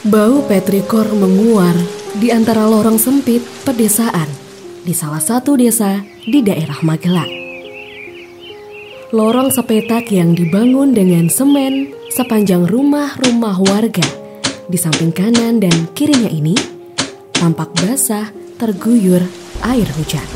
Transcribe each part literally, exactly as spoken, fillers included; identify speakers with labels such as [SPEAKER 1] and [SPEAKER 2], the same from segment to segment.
[SPEAKER 1] Bau petrikor menguar di antara lorong sempit pedesaan di salah satu desa di daerah Magelang. Lorong sepetak yang dibangun dengan semen sepanjang rumah-rumah warga di samping kanan dan kirinya ini tampak basah terguyur air hujan.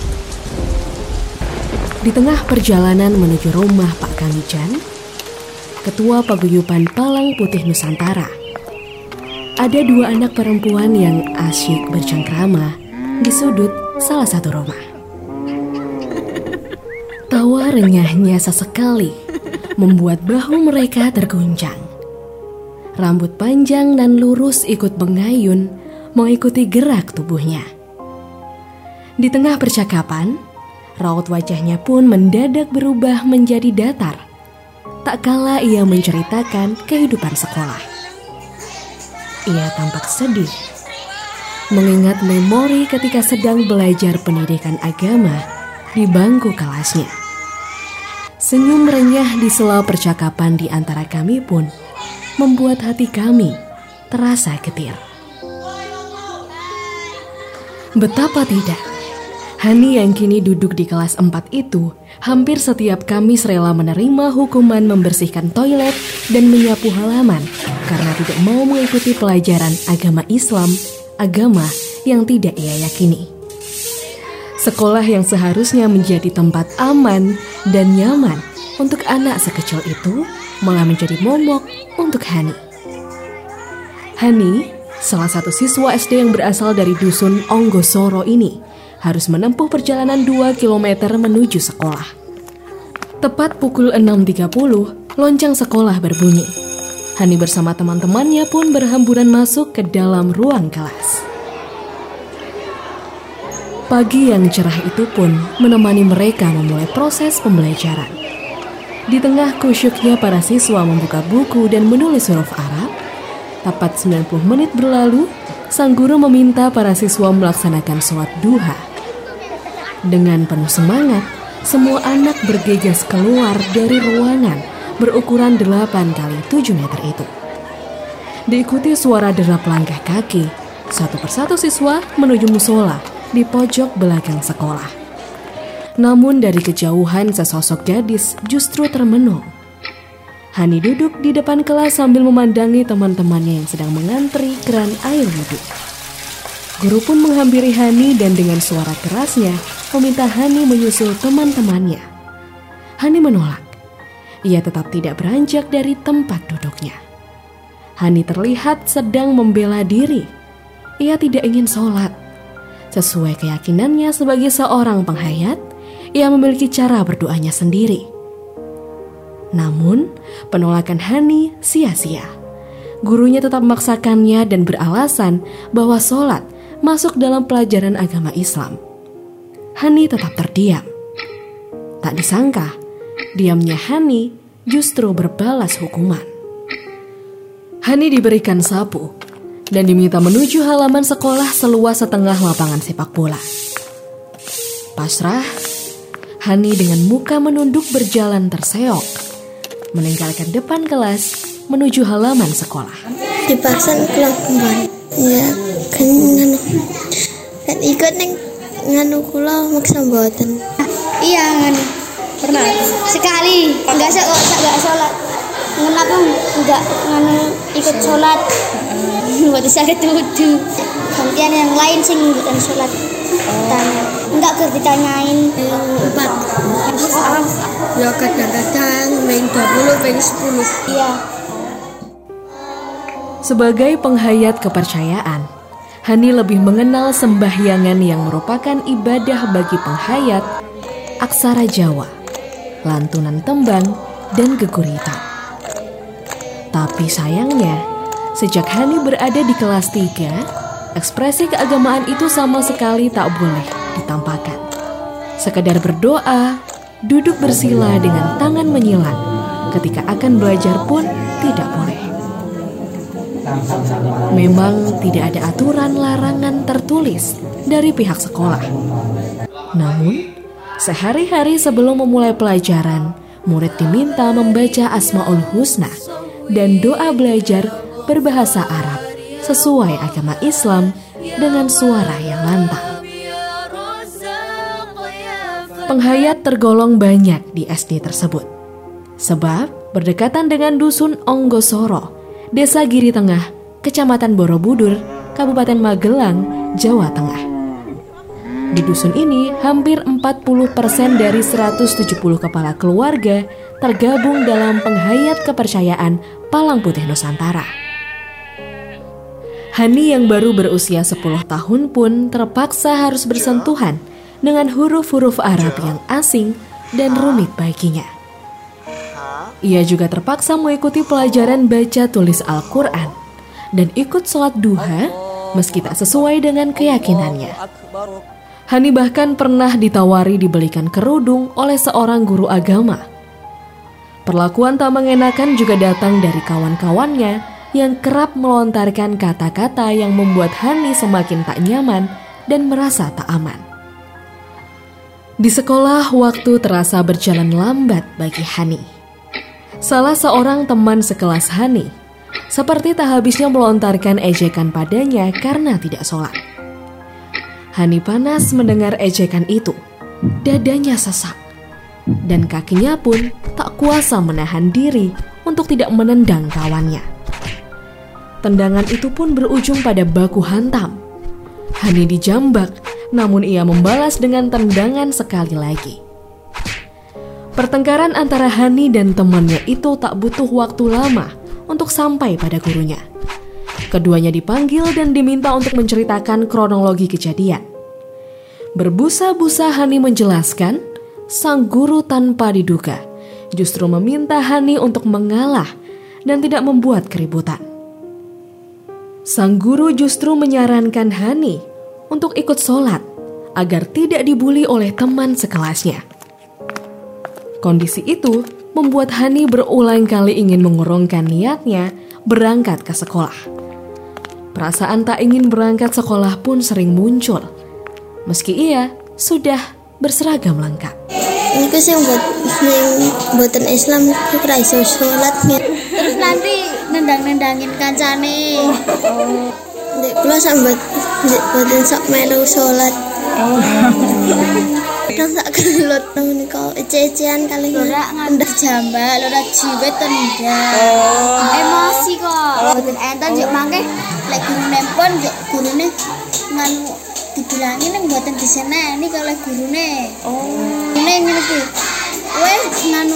[SPEAKER 1] Di tengah perjalanan menuju rumah Pak Kamijan, Ketua Paguyuban Palang Putih Nusantara, ada dua anak perempuan yang asyik bercengkrama di sudut salah satu rumah. Tawa renyahnya sesekali membuat bahu mereka terguncang. Rambut panjang dan lurus ikut mengayun mengikuti gerak tubuhnya. Di tengah percakapan, raut wajahnya pun mendadak berubah menjadi datar. Tak kala ia menceritakan kehidupan sekolah. Ia tampak sedih, mengingat memori ketika sedang belajar pendidikan agama di bangku kelasnya. Senyum renyah di sela percakapan di antara kami pun membuat hati kami terasa getir. Betapa tidak, Hani yang kini duduk di kelas empat itu hampir setiap Kamis rela menerima hukuman membersihkan toilet dan menyapu halaman karena tidak mau mengikuti pelajaran agama Islam, agama yang tidak ia yakini. Sekolah yang seharusnya menjadi tempat aman dan nyaman untuk anak sekecil itu malah menjadi momok untuk Hani. Hani, salah satu siswa S D yang berasal dari dusun Onggosoro ini, harus menempuh perjalanan dua kilometer menuju sekolah. Tepat pukul enam tiga puluh, lonceng sekolah berbunyi. Hani bersama teman-temannya pun berhamburan masuk ke dalam ruang kelas. Pagi yang cerah itu pun menemani mereka memulai proses pembelajaran. Di tengah kusyuknya para siswa membuka buku dan menulis huruf Arab, tepat sembilan puluh menit berlalu, sang guru meminta para siswa melaksanakan sholat duha. Dengan penuh semangat, semua anak bergegas keluar dari ruangan berukuran delapan kali tujuh meter itu. Diikuti suara derap langkah kaki, satu persatu siswa menuju musola di pojok belakang sekolah. Namun dari kejauhan sesosok gadis justru termenung. Hani duduk di depan kelas sambil memandangi teman-temannya yang sedang mengantri keran air wudhu. Guru pun menghampiri Hani dan dengan suara kerasnya meminta Hani menyusul teman-temannya. Hani menolak. Ia tetap tidak beranjak dari tempat duduknya. Hani terlihat sedang membela diri. Ia tidak ingin sholat. Sesuai keyakinannya sebagai seorang penghayat, ia memiliki cara berdoanya sendiri. Namun, penolakan Hani sia-sia. Gurunya tetap memaksakannya dan beralasan bahwa sholat masuk dalam pelajaran agama Islam. Hani tetap terdiam. Tak disangka, diamnya Hani justru berbalas hukuman. Hani diberikan sapu dan diminta menuju halaman sekolah seluas setengah lapangan sepak bola. Pasrah, Hani dengan muka menunduk berjalan terseok, meninggalkan depan kelas menuju halaman sekolah.
[SPEAKER 2] Dipaksa pulang kembali. Ya, kan nganu. Kan ikut neng nganu kula maksa mboten.
[SPEAKER 3] Iya nganu. Pernah sekali enggak se enggak salat. Kenapa enggak nganu ikut salat? Buat saya ketudu. Gantian yang lain sing bukan salat. Tanya. Enggak ker ditanyain
[SPEAKER 2] yang empat. Ya kadang-kadang main dua puluh, main sepuluh.
[SPEAKER 3] Iya.
[SPEAKER 1] Sebagai penghayat kepercayaan, Hani lebih mengenal sembahyangan yang merupakan ibadah bagi penghayat, aksara Jawa, lantunan tembang, dan geguritan. Tapi sayangnya, sejak Hani berada di kelas tiga, ekspresi keagamaan itu sama sekali tak boleh ditampakkan. Sekedar berdoa, duduk bersila dengan tangan menyilang, ketika akan belajar pun tidak boleh. Memang tidak ada aturan larangan tertulis dari pihak sekolah. Namun, sehari-hari sebelum memulai pelajaran, murid diminta membaca Asmaul Husna dan doa belajar berbahasa Arab sesuai agama Islam dengan suara yang lantang. Penghayat tergolong banyak di S D tersebut, sebab berdekatan dengan Dusun Onggosoro, Desa Giri Tengah, Kecamatan Borobudur, Kabupaten Magelang, Jawa Tengah. Di dusun ini, hampir empat puluh persen dari seratus tujuh puluh kepala keluarga tergabung dalam penghayat kepercayaan Palang Putih Nusantara. Hani yang baru berusia sepuluh tahun pun terpaksa harus bersentuhan dengan huruf-huruf Arab yang asing dan rumit baginya. Ia juga terpaksa mengikuti pelajaran baca tulis Al-Quran dan ikut sholat duha meski tak sesuai dengan keyakinannya. Hani bahkan pernah ditawari dibelikan kerudung oleh seorang guru agama. Perlakuan tak mengenakan juga datang dari kawan-kawannya yang kerap melontarkan kata-kata yang membuat Hani semakin tak nyaman dan merasa tak aman. Di sekolah, waktu terasa berjalan lambat bagi Hani. Salah seorang teman sekelas Hani seperti tak habisnya melontarkan ejekan padanya karena tidak sholat. Hani panas mendengar ejekan itu, dadanya sesak, dan kakinya pun tak kuasa menahan diri untuk tidak menendang kawannya. Tendangan itu pun berujung pada baku hantam. Hani dijambak, namun ia membalas dengan tendangan sekali lagi. Pertengkaran antara Hani dan temannya itu tak butuh waktu lama untuk sampai pada gurunya. Keduanya dipanggil dan diminta untuk menceritakan kronologi kejadian. Berbusa-busa Hani menjelaskan, sang guru tanpa diduga justru meminta Hani untuk mengalah dan tidak membuat keributan. Sang guru justru menyarankan Hani untuk ikut sholat agar tidak dibuli oleh teman sekelasnya. Kondisi itu membuat Hani berulang kali ingin mengurungkan niatnya berangkat ke sekolah. Perasaan tak ingin berangkat sekolah pun sering muncul, meski ia sudah berseragam lengkap.
[SPEAKER 2] Ini sih buat yang buatan Islam kira iso sholatnya.
[SPEAKER 3] Terus nanti nendang-nendangin kancane.
[SPEAKER 2] Oh. Dek kula sambat dek buatan sok melu sholat. Oh. Terus tak kelut menika ece-ecean kali
[SPEAKER 3] ora ngandak jambak, ora jiwet tendang. Oh. Emosi kok. Boten enten yo mangke lek gurune pun yo gurune nganu dibilangi ning mboten diseneni kalih gurune. Oh. Ngene ngene iki. Wes nganu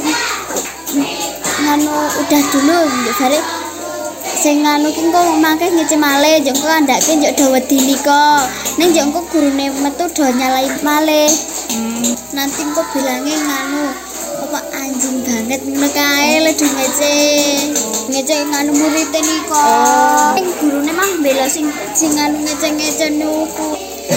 [SPEAKER 3] nganu udah dulu bare sing nganu ki engko mangke ngece malih yo engko andake yo do wedini kok. Ning yo engko gurune metu do nyalai malih. Hmm. Nanti engko bilange nganu apa anjing banget ngono kae lho do ngece. Ngece nganu murite niko. Ning gurune mah bela sing sing nganu ngece-ngece niku.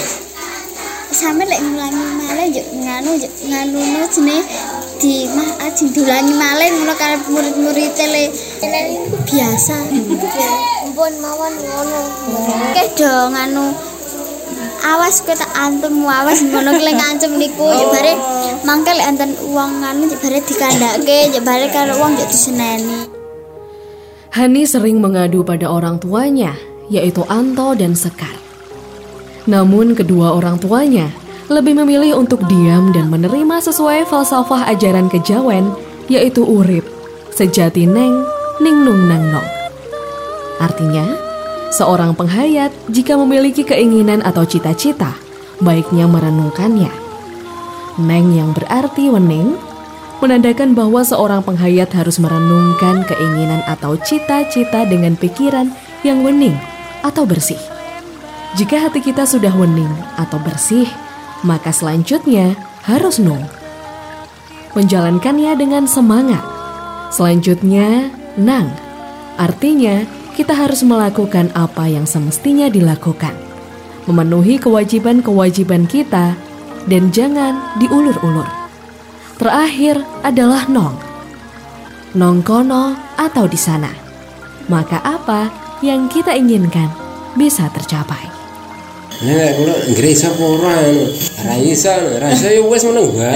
[SPEAKER 3] Sampe lek ngulangi malih yo nganu yo nganu no jenenge di mah ajeng dulangi malih ngono karo murid-muride le. Ini biasa. Ampun mawon ngono. Oke do nganu awas kowe tak antem awas ngono ki lek ngancem niku yo bare mangke lek enten wong nganu yo bare dikandhake yo bare karo wong yo diseneni.
[SPEAKER 1] Hani sering mengadu pada orang tuanya, yaitu Anto dan Sekar. Namun kedua orang tuanya lebih memilih untuk diam dan menerima sesuai falsafah ajaran kejawen, yaitu urip, sejati neng, ning nung nang nong. Artinya, seorang penghayat jika memiliki keinginan atau cita-cita, baiknya merenungkannya. Neng yang berarti wening, menandakan bahwa seorang penghayat harus merenungkan keinginan atau cita-cita dengan pikiran yang wening atau bersih. Jika hati kita sudah wening atau bersih, maka selanjutnya harus nung. Menjalankannya dengan semangat. Selanjutnya, nang. Artinya, kita harus melakukan apa yang semestinya dilakukan. Memenuhi kewajiban-kewajiban kita dan jangan diulur-ulur. Terakhir adalah nong. Nong kono atau di sana. Maka apa yang kita inginkan bisa tercapai.
[SPEAKER 4] Nek kula ngresa apa ora ora iso, rasa yo wis meneng wae.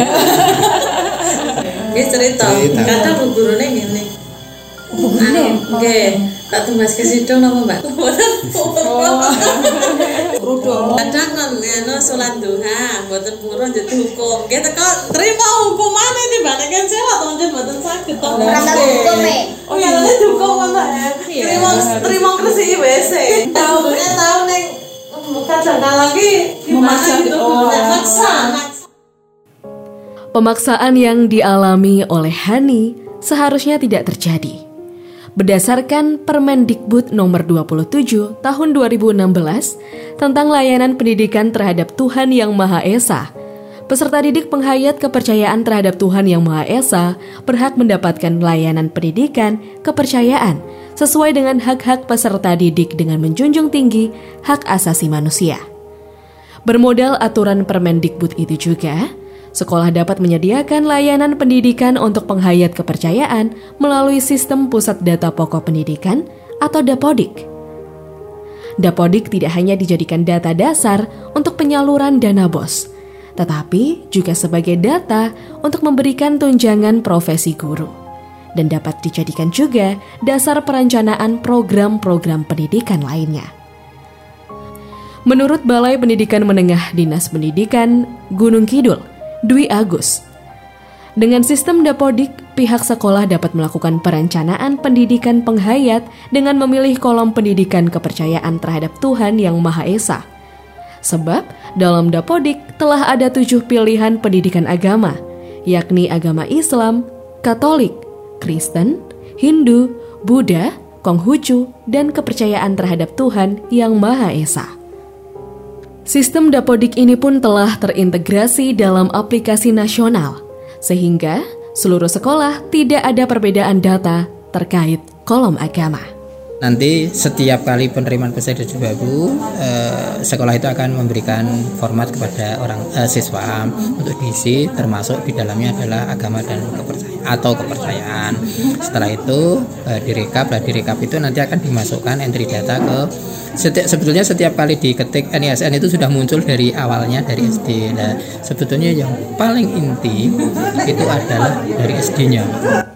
[SPEAKER 5] Nggih cerita, kata bu gurune ngene. Gurune nggih, Tak tumbas ke situ nama Mbak. Oh. Kadang kan eno salat duha, mboten purun jadi hukum. Kita kok terima hukuman ini balikan sewa tonton mboten saged to.
[SPEAKER 3] Ora tak hukum e.
[SPEAKER 5] Oh ya lha hukum ana ya. Terima terima kresi W C. Taune tahu ning kadang lagi memaksa gitu. Maksa.
[SPEAKER 1] Pemaksaan yang dialami oleh Hani seharusnya tidak terjadi. Berdasarkan Permendikbud nomor dua puluh tujuh tahun dua ribu enam belas tentang layanan pendidikan terhadap Tuhan Yang Maha Esa, peserta didik penghayat kepercayaan terhadap Tuhan Yang Maha Esa berhak mendapatkan layanan pendidikan kepercayaan sesuai dengan hak-hak peserta didik dengan menjunjung tinggi hak asasi manusia. Bermodal aturan Permendikbud itu juga, sekolah dapat menyediakan layanan pendidikan untuk penghayat kepercayaan melalui sistem pusat data pokok pendidikan atau Dapodik. Dapodik tidak hanya dijadikan data dasar untuk penyaluran dana B O S, tetapi juga sebagai data untuk memberikan tunjangan profesi guru, dan dapat dijadikan juga dasar perencanaan program-program pendidikan lainnya. Menurut Balai Pendidikan Menengah Dinas Pendidikan Gunung Kidul, Dwi Agus, dengan sistem Dapodik, pihak sekolah dapat melakukan perencanaan pendidikan penghayat dengan memilih kolom pendidikan kepercayaan terhadap Tuhan Yang Maha Esa. Sebab dalam Dapodik telah ada tujuh pilihan pendidikan agama, yakni agama Islam, Katolik, Kristen, Hindu, Buddha, Konghucu, dan kepercayaan terhadap Tuhan Yang Maha Esa. Sistem Dapodik ini pun telah terintegrasi dalam aplikasi nasional, sehingga seluruh sekolah tidak ada perbedaan data terkait kolom agama.
[SPEAKER 6] Nanti setiap kali penerimaan peserta didik baru, eh, sekolah itu akan memberikan format kepada orang eh, siswa untuk diisi, termasuk di dalamnya adalah agama dan kepercayaan atau kepercayaan. Setelah itu eh, direkap, lah direkap itu nanti akan dimasukkan entry data ke setiap, sebetulnya setiap kali diketik N I S N itu sudah muncul dari awalnya dari S D. Nah, sebetulnya yang paling inti itu adalah dari S D-nya.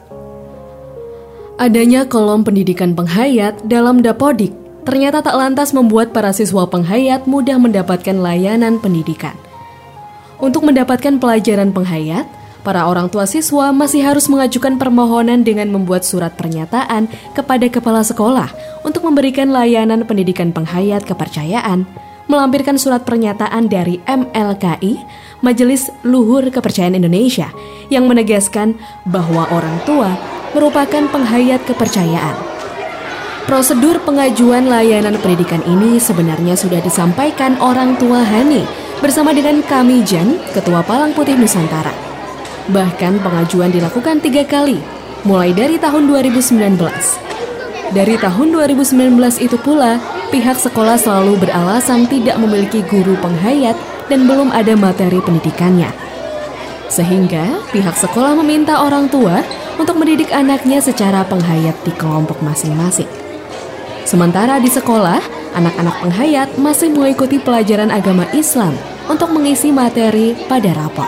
[SPEAKER 1] Adanya kolom pendidikan penghayat dalam Dapodik ternyata tak lantas membuat para siswa penghayat mudah mendapatkan layanan pendidikan. Untuk mendapatkan pelajaran penghayat, para orang tua siswa masih harus mengajukan permohonan dengan membuat surat pernyataan kepada kepala sekolah untuk memberikan layanan pendidikan penghayat kepercayaan, melampirkan surat pernyataan dari M L K I, Majelis Luhur Kepercayaan Indonesia, yang menegaskan bahwa orang tua merupakan penghayat kepercayaan. Prosedur pengajuan layanan pendidikan ini sebenarnya sudah disampaikan orang tua Hani bersama dengan Kamijan, Ketua Palang Putih Nusantara. Bahkan pengajuan dilakukan tiga kali, mulai dari tahun dua ribu sembilan belas. Dari tahun dua ribu sembilan belas itu pula, pihak sekolah selalu beralasan tidak memiliki guru penghayat dan belum ada materi pendidikannya. Sehingga pihak sekolah meminta orang tua untuk mendidik anaknya secara penghayat di kelompok masing-masing. Sementara di sekolah, anak-anak penghayat masih mengikuti pelajaran agama Islam untuk mengisi materi pada rapor.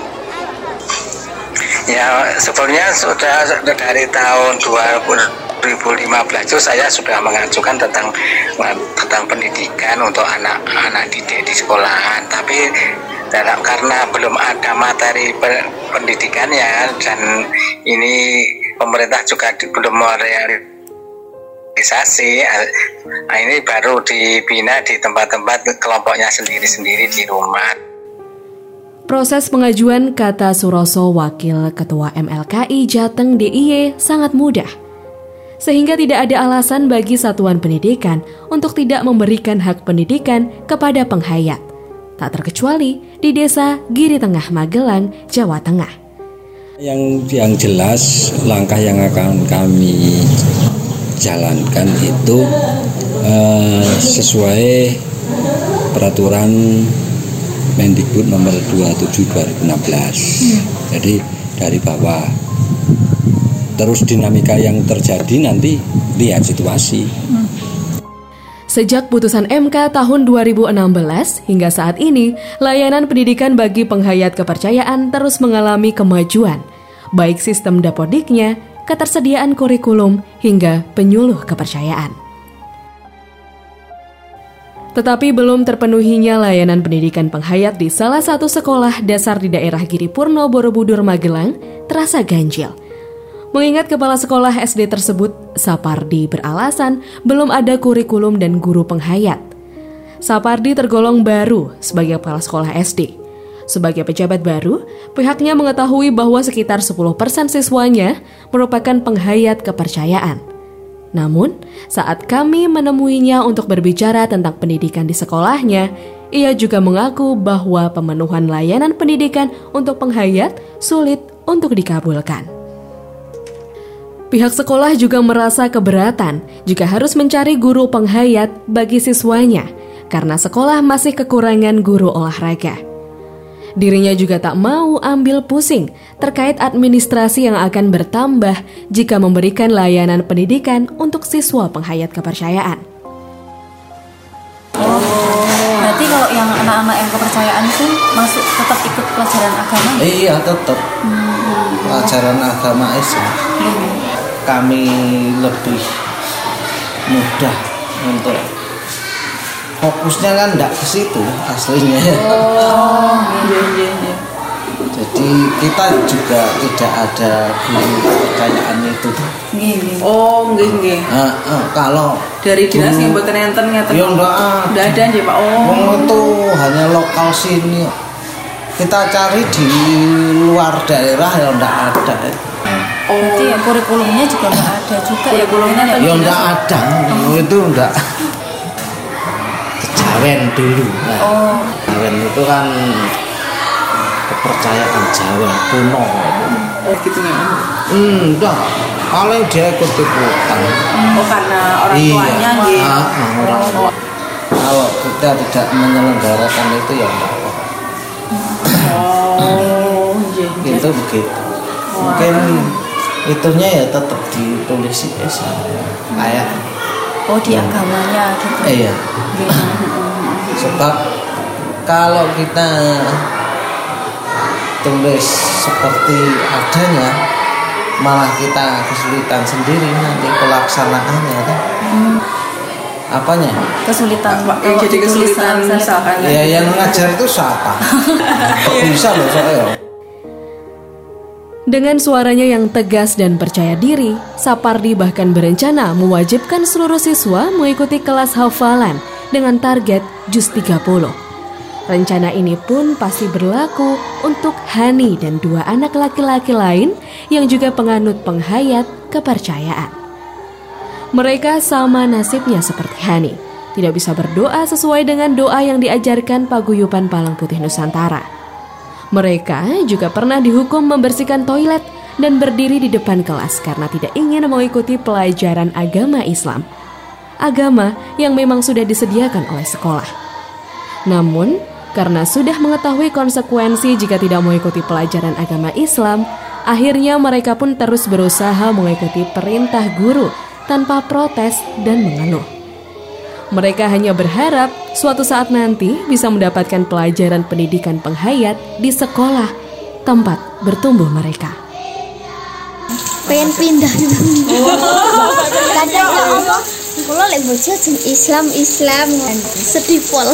[SPEAKER 7] Ya, sebetulnya sudah dari tahun dua ribu lima belas itu saya sudah mengajukan tentang tentang pendidikan untuk anak-anak didik di sekolahan, tapi dalam karena belum ada materi pendidikannya dan ini pemerintah juga belum merealisasi, nah ini baru dibina di tempat-tempat kelompoknya sendiri-sendiri di rumah.
[SPEAKER 1] Proses pengajuan, kata Suroso, Wakil Ketua M L K I Jateng D I Y, sangat mudah. Sehingga tidak ada alasan bagi satuan pendidikan untuk tidak memberikan hak pendidikan kepada penghayat. Tak terkecuali di Desa Giri Tengah, Magelang, Jawa Tengah.
[SPEAKER 8] Yang yang jelas langkah yang akan kami jalankan itu eh, sesuai peraturan Mendikbud nomor dua puluh tujuh dua ribu enam belas. Jadi dari bawah. Terus dinamika yang terjadi nanti lihat situasi.
[SPEAKER 1] Sejak putusan M K tahun dua ribu enam belas hingga saat ini, layanan pendidikan bagi penghayat kepercayaan terus mengalami kemajuan, baik sistem Dapodiknya, ketersediaan kurikulum, hingga penyuluh kepercayaan. Tetapi belum terpenuhinya layanan pendidikan penghayat di salah satu sekolah dasar di daerah Giripurno, Borobudur, Magelang terasa ganjil. Mengingat kepala sekolah S D tersebut, Sapardi beralasan belum ada kurikulum dan guru penghayat. Sapardi tergolong baru sebagai kepala sekolah S D. Sebagai pejabat baru, pihaknya mengetahui bahwa sekitar sepuluh persen siswanya merupakan penghayat kepercayaan. Namun, saat kami menemuinya untuk berbicara tentang pendidikan di sekolahnya, ia juga mengaku bahwa pemenuhan layanan pendidikan untuk penghayat sulit untuk dikabulkan. Pihak sekolah juga merasa keberatan jika harus mencari guru penghayat bagi siswanya karena sekolah masih kekurangan guru olahraga. Dirinya juga tak mau ambil pusing terkait administrasi yang akan bertambah jika memberikan layanan pendidikan untuk siswa penghayat kepercayaan.
[SPEAKER 9] Oh, berarti kalau yang anak-anak yang kepercayaan itu masuk tetap ikut pelajaran agama?
[SPEAKER 10] Iya, tetap hmm. pelajaran agama Islam. Hmm. Kami lebih mudah untuk fokusnya kan enggak ke situ aslinya.
[SPEAKER 9] Oh, iya, iya, iya.
[SPEAKER 10] Jadi kita juga tidak ada guru kepercayaan itu.
[SPEAKER 9] Nggih,
[SPEAKER 5] Oh, nggih, nggih.
[SPEAKER 10] Nah, uh, kalau
[SPEAKER 5] dari dinas yang mboten enten ngeten.
[SPEAKER 10] Ya enggak ada.
[SPEAKER 5] Enggak ada nggih, Pak. Oh.
[SPEAKER 10] Wong itu hanya lokal sini. Kita cari di luar daerah ya enggak ada.
[SPEAKER 9] Oh. Berarti ya kurikulumnya juga enggak ada juga.
[SPEAKER 5] Kurikulumnya
[SPEAKER 9] ya,
[SPEAKER 10] ya enggak ada. Oh. Itu enggak. Kejawen dulu. Nah,
[SPEAKER 9] oh.
[SPEAKER 10] Kejawen itu kan kepercayaan Jawa kuno.
[SPEAKER 5] Oh gitu ya.
[SPEAKER 10] Hmm, enggak. Paling dia ikut-ikutan.
[SPEAKER 5] Oh karena orang
[SPEAKER 10] iya.
[SPEAKER 5] tuanya gitu.
[SPEAKER 10] Ah, ah, orang tua. Kalau kita tidak menyelenggarakan itu ya enggak apa-apa.
[SPEAKER 5] Oh, iya.
[SPEAKER 10] Itu begitu. Mungkin itunya ya tetap ditulis di Islam. Kayak
[SPEAKER 9] oh di agamanya gitu.
[SPEAKER 10] Iya. Sebab kalau kita tulis seperti adanya, malah kita kesulitan sendiri nanti pelaksanaannya kan.
[SPEAKER 9] Hmm.
[SPEAKER 10] Apanya?
[SPEAKER 9] Kesulitan.
[SPEAKER 5] Pak, yang jadi kesulitan misalkan.
[SPEAKER 10] Ya yang ngajar itu siapa? Bisa loh soalnya.
[SPEAKER 1] Dengan suaranya yang tegas dan percaya diri, Sapardi bahkan berencana mewajibkan seluruh siswa mengikuti kelas hafalan dengan target juz tiga puluh. Rencana ini pun pasti berlaku untuk Hani dan dua anak laki-laki lain yang juga penganut penghayat kepercayaan. Mereka sama nasibnya seperti Hani, tidak bisa berdoa sesuai dengan doa yang diajarkan Paguyuban Palang Putih Nusantara. Mereka juga pernah dihukum membersihkan toilet dan berdiri di depan kelas karena tidak ingin mengikuti pelajaran agama Islam. Agama yang memang sudah disediakan oleh sekolah. Namun, karena sudah mengetahui konsekuensi jika tidak mengikuti pelajaran agama Islam, akhirnya mereka pun terus berusaha mengikuti perintah guru tanpa protes dan mengeluh. Mereka hanya berharap suatu saat nanti bisa mendapatkan pelajaran pendidikan penghayat di sekolah tempat bertumbuh mereka.
[SPEAKER 2] Pengen pindah. Kadang ya Allah, kalau lek bocah jeng Islam Islam sedih pol.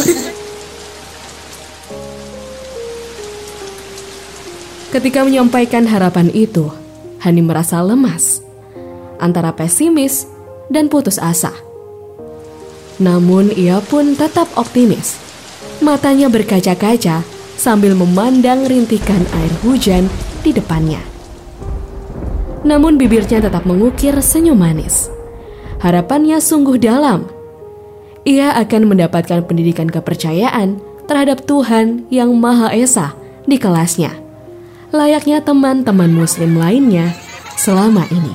[SPEAKER 1] Ketika menyampaikan harapan itu, Hani merasa lemas, antara pesimis dan putus asa. Namun ia pun tetap optimis. Matanya berkaca-kaca sambil memandang rintikan air hujan di depannya. Namun bibirnya tetap mengukir senyum manis. Harapannya sungguh dalam. Ia akan mendapatkan pendidikan kepercayaan terhadap Tuhan yang Maha Esa di kelasnya, layaknya teman-teman muslim lainnya selama ini.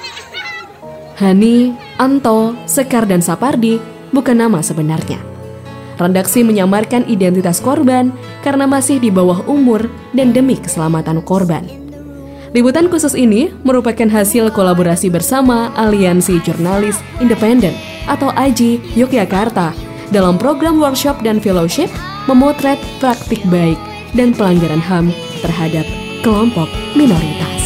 [SPEAKER 1] Hani, Anto, Sekar, dan Sapardi bukan nama sebenarnya. Redaksi menyamarkan identitas korban karena masih di bawah umur dan demi keselamatan korban. Liputan khusus ini merupakan hasil kolaborasi bersama Aliansi Jurnalis Independen atau A J I Yogyakarta dalam program workshop dan fellowship memotret praktik baik dan pelanggaran H A M terhadap kelompok minoritas.